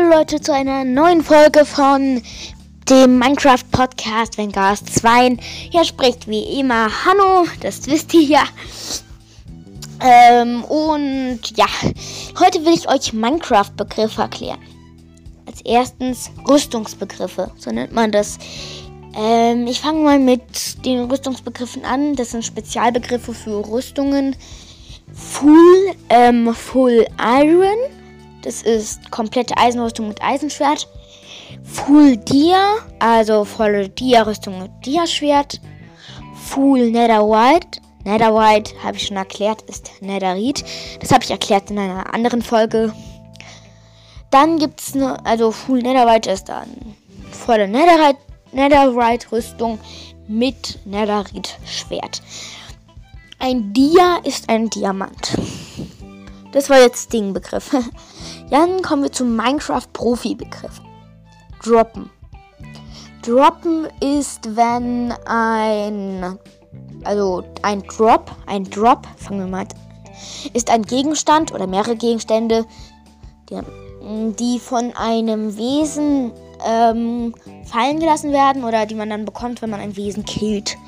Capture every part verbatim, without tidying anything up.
Hallo Leute zu einer neuen Folge von dem Minecraft Podcast, wenn Gas zwei. Hier spricht wie immer Hanno, das wisst ihr ja. Ähm, und ja, heute will ich euch Minecraft-Begriffe erklären. Als erstens Rüstungsbegriffe, so nennt man das. Ähm, ich fange mal mit den Rüstungsbegriffen an. Das sind Spezialbegriffe für Rüstungen. Full, ähm, Full Iron. Das ist komplette Eisenrüstung mit Eisenschwert. Full Dia, also volle Dia-Rüstung mit Dia-Schwert. Full Netherite. Netherite, habe ich schon erklärt, ist Netherite. Das habe ich erklärt in einer anderen Folge. Dann gibt es, ne, also Full Netherite ist dann volle Netherite, Netherite-Rüstung mit Netherite-Schwert. Ein Dia ist ein Diamant. Das war jetzt Ding-Begriff. Dann kommen wir zum Minecraft-Profi-Begriff. Droppen. Droppen ist, wenn ein, also ein Drop, ein Drop, fangen wir mal an, ist ein Gegenstand oder mehrere Gegenstände, die, die von einem Wesen ähm, fallen gelassen werden oder die man dann bekommt, wenn man ein Wesen killt.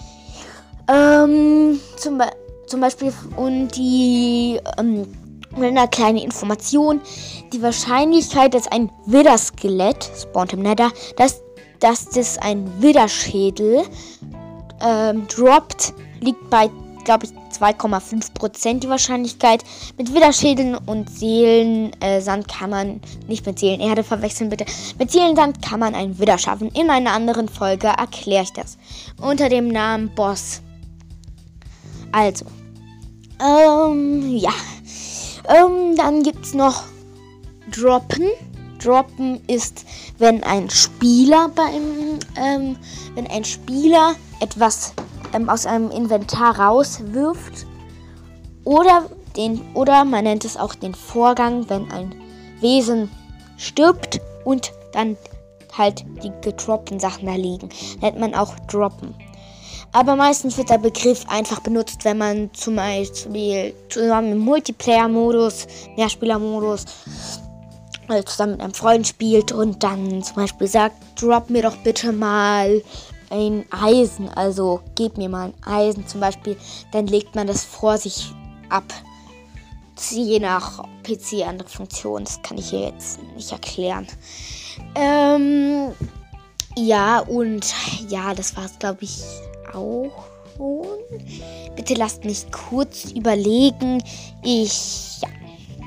Ähm, zum, Be- zum Beispiel, und die, ähm, eine kleine Information, die Wahrscheinlichkeit, dass ein Wither-Skelett spawnt im Nether, dass, dass das ein Wither-Schädel ähm, droppt, liegt bei, glaube ich, zwei Komma fünf Prozent die Wahrscheinlichkeit. Mit Wither-Schädeln und Seelensand äh, kann man, nicht mit Seelenerde verwechseln bitte, mit Seelensand kann man einen Wither schaffen. In einer anderen Folge erkläre ich das. Unter dem Namen Boss. Also, ähm, ja. Ähm, dann gibt's noch Droppen. Droppen ist, wenn ein Spieler beim, ähm, wenn ein Spieler etwas ähm, aus einem Inventar rauswirft. Oder den, oder man nennt es auch den Vorgang, wenn ein Wesen stirbt und dann halt die gedroppten Sachen da liegen. Nennt man auch Droppen. Aber meistens wird der Begriff einfach benutzt, wenn man zum Beispiel zusammen im Multiplayer-Modus, Mehrspieler-Modus, also zusammen mit einem Freund spielt und dann zum Beispiel sagt, drop mir doch bitte mal ein Eisen, also gib mir mal ein Eisen zum Beispiel, dann legt man das vor sich ab. Je nach P C andere Funktionen, das kann ich hier jetzt nicht erklären. Ähm, ja, und ja, das war's, glaube ich, auch schon. Bitte lasst mich kurz überlegen. Ich, ja.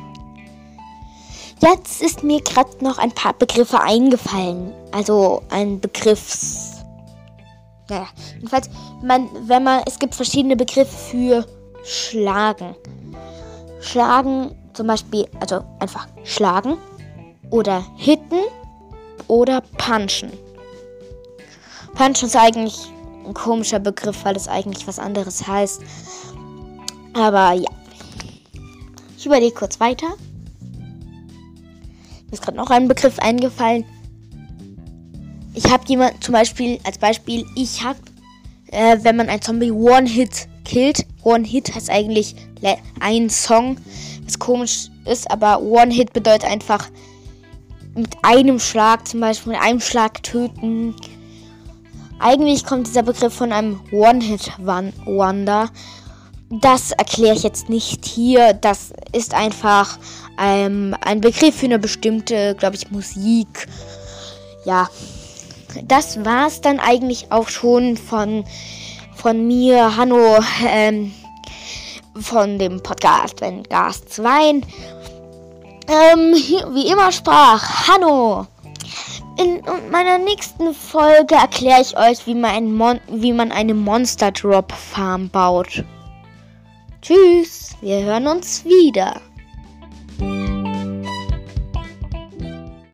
Jetzt ist mir gerade noch ein paar Begriffe eingefallen. Also ein Begriffs... Naja, jedenfalls, man, wenn man, es gibt verschiedene Begriffe für Schlagen. Schlagen, zum Beispiel, also einfach schlagen oder hitten oder punchen. Punchen ist eigentlich ein komischer Begriff, weil es eigentlich was anderes heißt. Aber ja. Ich überlege kurz weiter. Mir ist gerade noch ein Begriff eingefallen. Ich habe jemanden zum Beispiel, als Beispiel, ich habe, äh, wenn man einen Zombie One-Hit killt. One-Hit heißt eigentlich le- ein Song, was komisch ist, aber One-Hit bedeutet einfach mit einem Schlag, zum Beispiel mit einem Schlag töten. Eigentlich kommt dieser Begriff von einem One-Hit-Wonder. Das erkläre ich jetzt nicht hier. Das ist einfach ähm, ein Begriff für eine bestimmte, glaube ich, Musik. Ja, das war's dann eigentlich auch schon von, von mir, Hanno, ähm, von dem Podcast, wenn Gas zwei. Ähm, wie immer sprach Hanno. In meiner nächsten Folge erkläre ich euch, wie man, ein Mon- wie man eine Monster Drop Farm baut. Tschüss, wir hören uns wieder.